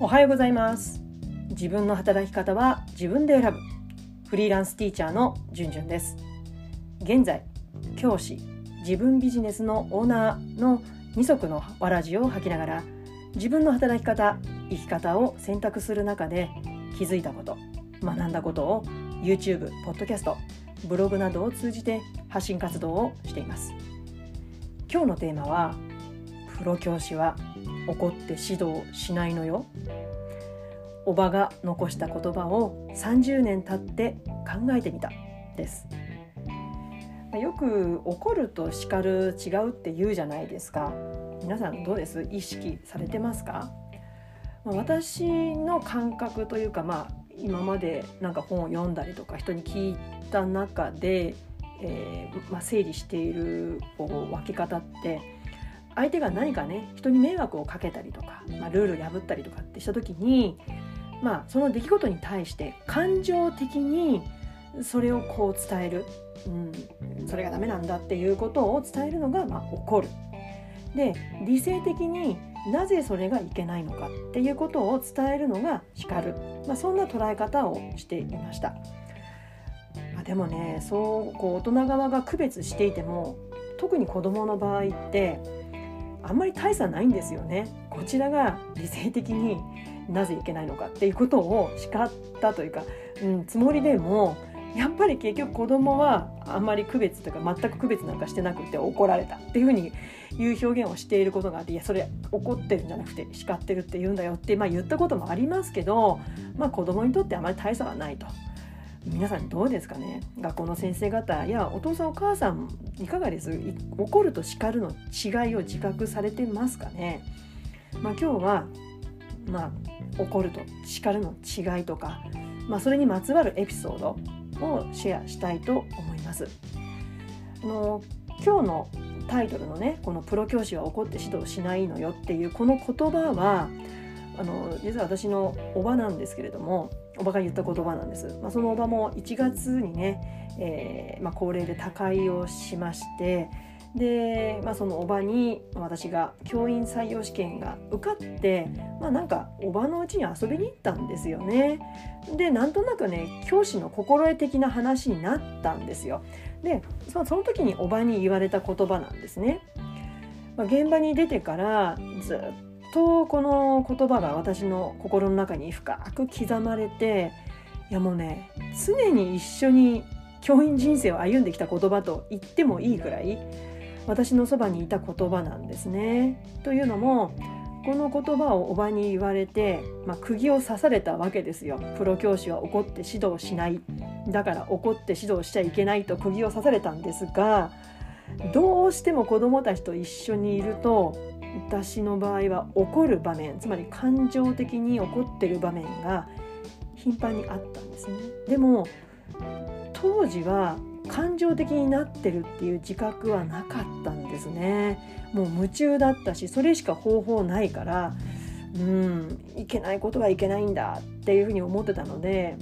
おはようございます。自分の働き方は自分で選ぶフリーランスティーチャーのじゅんじゅんです。現在教師、自分ビジネスのオーナーの二足のわらじを履きながら自分の働き方、生き方を選択する中で気づいたこと、学んだことを YouTube、ポッドキャスト、ブログなどを通じて発信活動をしています。今日のテーマはプロ教師は怒って指導しないのよ。おばが残した言葉を30年経って考えてみたです。よく怒ると叱る違うって言うじゃないですか。皆さんどうです？意識されてますか？私の感覚というか、今までなんか本を読んだりとか人に聞いた中で、整理している分け方って相手が何かね人に迷惑をかけたりとか、ルール破ったりとかってした時に、その出来事に対して感情的にそれをこう伝える、それがダメなんだっていうことを伝えるのが怒る。で、理性的になぜそれがいけないのかっていうことを伝えるのが叱る、そんな捉え方をしていました。でもね、大人側が区別していても特に子どもの場合ってあんまり大差ないんですよね。こちらが理性的になぜいけないのかっていうことを叱ったというか、つもりでもやっぱり結局子供はあんまり区別というか全く区別なんかしてなくて怒られたっていうふうにいう表現をしていることがあって、いやそれ怒ってるんじゃなくて叱ってるって言うんだよって言ったこともありますけど、子供にとってあまり大差はないと。皆さんどうですかね。学校の先生方やお父さんお母さんいかがです？怒ると叱るの違いを自覚されてますかね。今日は怒ると叱るの違いとか、それにまつわるエピソードをシェアしたいと思います。今日のタイトルのね、このプロ教師は怒って指導しないのよっていうこの言葉は実は私のおばなんですけれども、おばが言った言葉なんです。そのおばも1月にね、高齢で他界をしまして、で、そのおばに私が教員採用試験が受かって、なんかおばの家に遊びに行ったんですよね。で、なんとなくね、教師の心得的な話になったんですよ。で、その時におばに言われた言葉なんですね。現場に出てからずっとこの言葉が私の心の中に深く刻まれて、いやもうね、常に一緒に教員人生を歩んできた言葉と言ってもいいくらい私のそばにいた言葉なんですね。というのも、この言葉をおばに言われて、釘を刺されたわけですよ。プロ教師は怒って指導しない、だから怒って指導しちゃいけないと釘を刺されたんですが、どうしても子どもたちと一緒にいると私の場合は怒る場面、つまり感情的に怒ってる場面が頻繁にあったんですね。でも当時は感情的になってるっていう自覚はなかったんですね。もう夢中だったし、それしか方法ないから、いけないことはいけないんだっていうふうに思ってたので、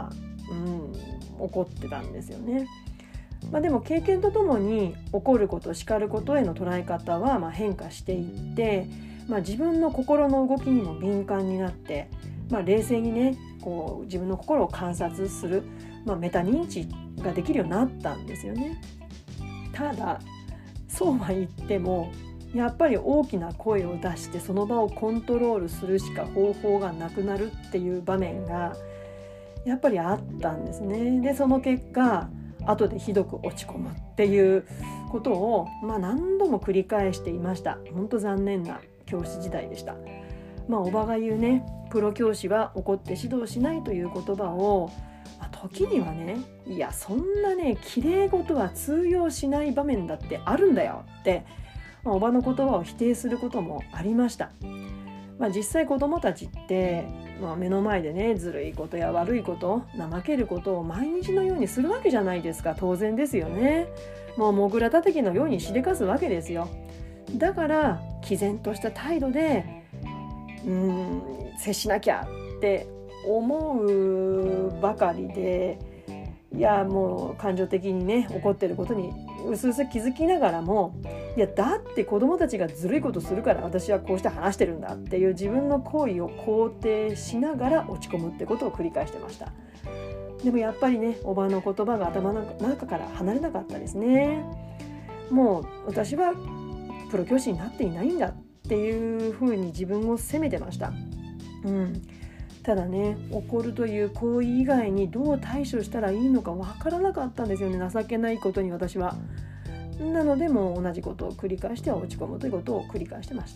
怒ってたんですよね。でも経験とともに怒ること、叱ることへの捉え方は変化していって、自分の心の動きにも敏感になって、冷静にね、自分の心を観察する、メタ認知ができるようになったんですよね。ただそうは言ってもやっぱり大きな声を出してその場をコントロールするしか方法がなくなるっていう場面がやっぱりあったんですね。で、その結果後でひどく落ち込むっていうことを何度も繰り返していました。本当残念な教師時代でした。おばが言うね、プロ教師は怒って指導しないという言葉を時にはね、いやそんなね綺麗事は通用しない場面だってあるんだよって、おばの言葉を否定することもありました。実際子どもたちって、目の前でねずるいことや悪いこと、怠けることを毎日のようにするわけじゃないですか。当然ですよね。もうモグラたたきのようにしでかすわけですよ。だから毅然とした態度で接しなきゃって思うばかりで、いやもう感情的にね怒ってることにうすうす気づきながらも、いやだって子供たちがずるいことするから私はこうして話してるんだっていう自分の行為を肯定しながら落ち込むってことを繰り返してました。でもやっぱりね、おばの言葉が頭の中から離れなかったですね。もう私はプロ教師になっていないんだっていうふうに自分を責めてました。ただね、怒るという行為以外にどう対処したらいいのかわからなかったんですよね、情けないことに私は。なのでもう同じことを繰り返しては落ち込むということを繰り返してました。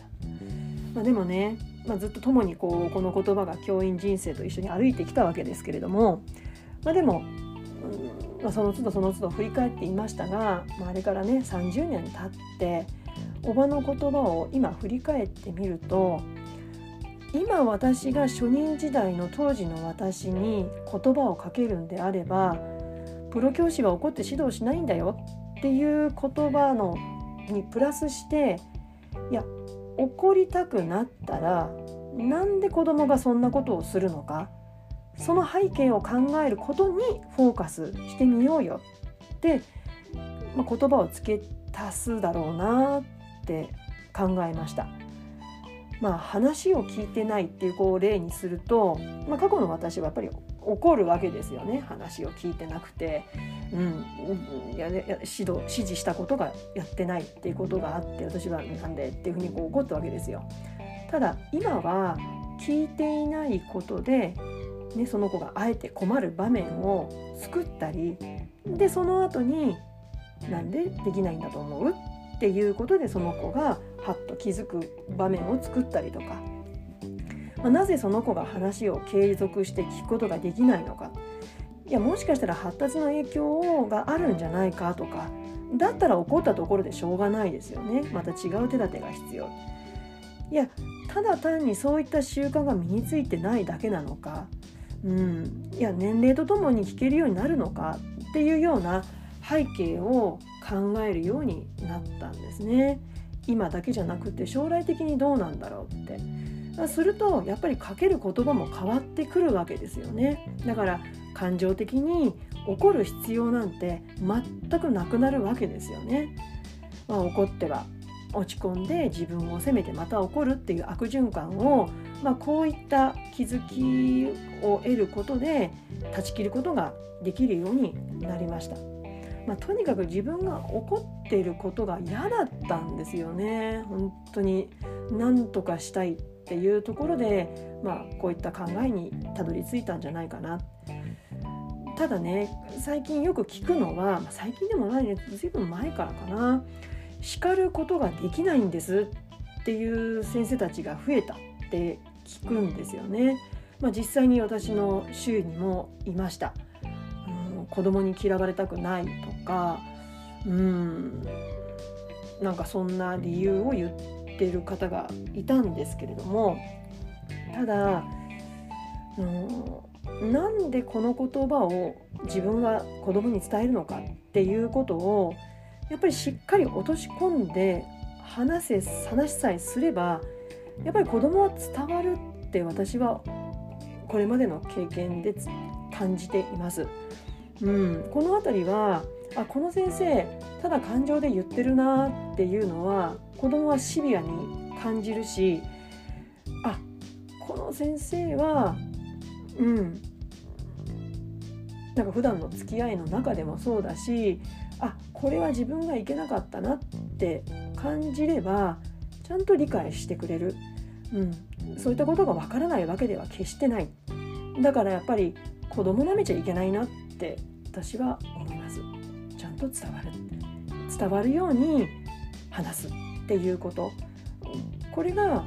でもね、ずっと共にこの言葉が教員人生と一緒に歩いてきたわけですけれども、でも、その都度その都度振り返っていましたが、あれからね30年経っておばの言葉を今振り返ってみると、今私が初任時代の当時の私に言葉をかけるんであれば、プロ教師は怒って指導しないんだよっていう言葉にプラスして、いや怒りたくなったらなんで子供がそんなことをするのか、その背景を考えることにフォーカスしてみようよって、言葉を付け足すだろうなって考えました。話を聞いてないっていう例にすると、過去の私はやっぱり怒るわけですよね。話を聞いてなくて、指示したことがやってないっていうことがあって、私はなんでっていうふうに怒ったわけですよ。ただ今は聞いていないことで、その子があえて困る場面を作ったりで、その後になんでできないんだと思うっていうことでその子がはっと気づく場面を作ったりとか、なぜその子が話を継続して聞くことができないのか、いやもしかしたら発達の影響があるんじゃないかとか、だったら怒ったところでしょうがないですよね。また違う手立てが必要。いやただ単にそういった習慣が身についてないだけなのか、いや年齢とともに聞けるようになるのかっていうような背景を考えるようになったんですね。今だけじゃなくて将来的にどうなんだろうって。するとやっぱりかける言葉も変わってくるわけですよね。だから感情的に怒る必要なんて全くなくなるわけですよね。怒っては落ち込んで自分を責めてまた怒るっていう悪循環を、こういった気づきを得ることで断ち切ることができるようになりました。とにかく自分が怒っていることが嫌だったんですよね。本当に何とかしたいっていうところで、こういった考えにたどり着いたんじゃないかな。ただね、最近よく聞くのは、最近でもないね、ずいぶん前からかな、叱ることができないんですっていう先生たちが増えたって聞くんですよね。実際に私の周囲にもいました。子供に嫌われたくないとか、なんかそんな理由を言っている方がいたんですけれども、ただなんでこの言葉を自分は子供に伝えるのかっていうことをやっぱりしっかり落とし込んで話さえすれば、やっぱり子供は伝わるって私はこれまでの経験で感じています。このあたりはこの先生ただ感情で言ってるなっていうのは子供はシビアに感じるし、この先生はなんか普段の付き合いの中でもそうだし、これは自分がいけなかったなって感じればちゃんと理解してくれる、そういったことがわからないわけでは決してない。だからやっぱり子供舐めちゃいけないなって私は思います。ちゃんと伝わるように話すっていうこと、これが、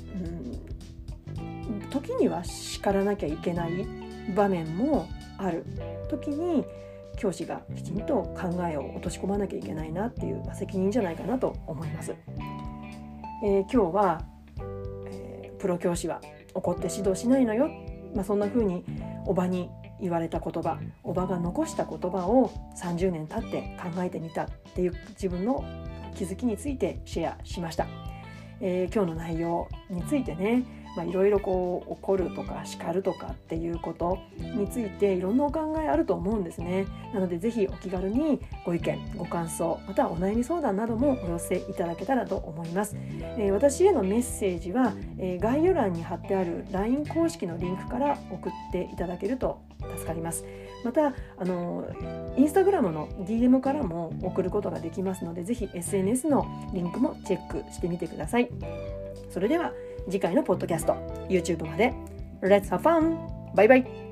時には叱らなきゃいけない場面もある時に教師がきちんと考えを落とし込まなきゃいけないなっていう責任じゃないかなと思います。今日は、プロ教師は怒って指導しないのよ、そんな風におばに言われた言葉、おばが残した言葉を30年経って考えてみたっていう自分の気づきについてシェアしました。今日の内容についてね、 いろいろ怒るとか叱るとかっていうことについていろんなお考えあると思うんですね。なのでぜひお気軽にご意見ご感想またはお悩み相談などもお寄せいただけたらと思います。私へのメッセージは、概要欄に貼ってある LINE 公式のリンクから送っていただけると助かります。またインスタグラムの DM からも送ることができますので、ぜひ SNS のリンクもチェックしてみてください。それでは次回のポッドキャスト YouTube まで Let's have fun! バイバイ。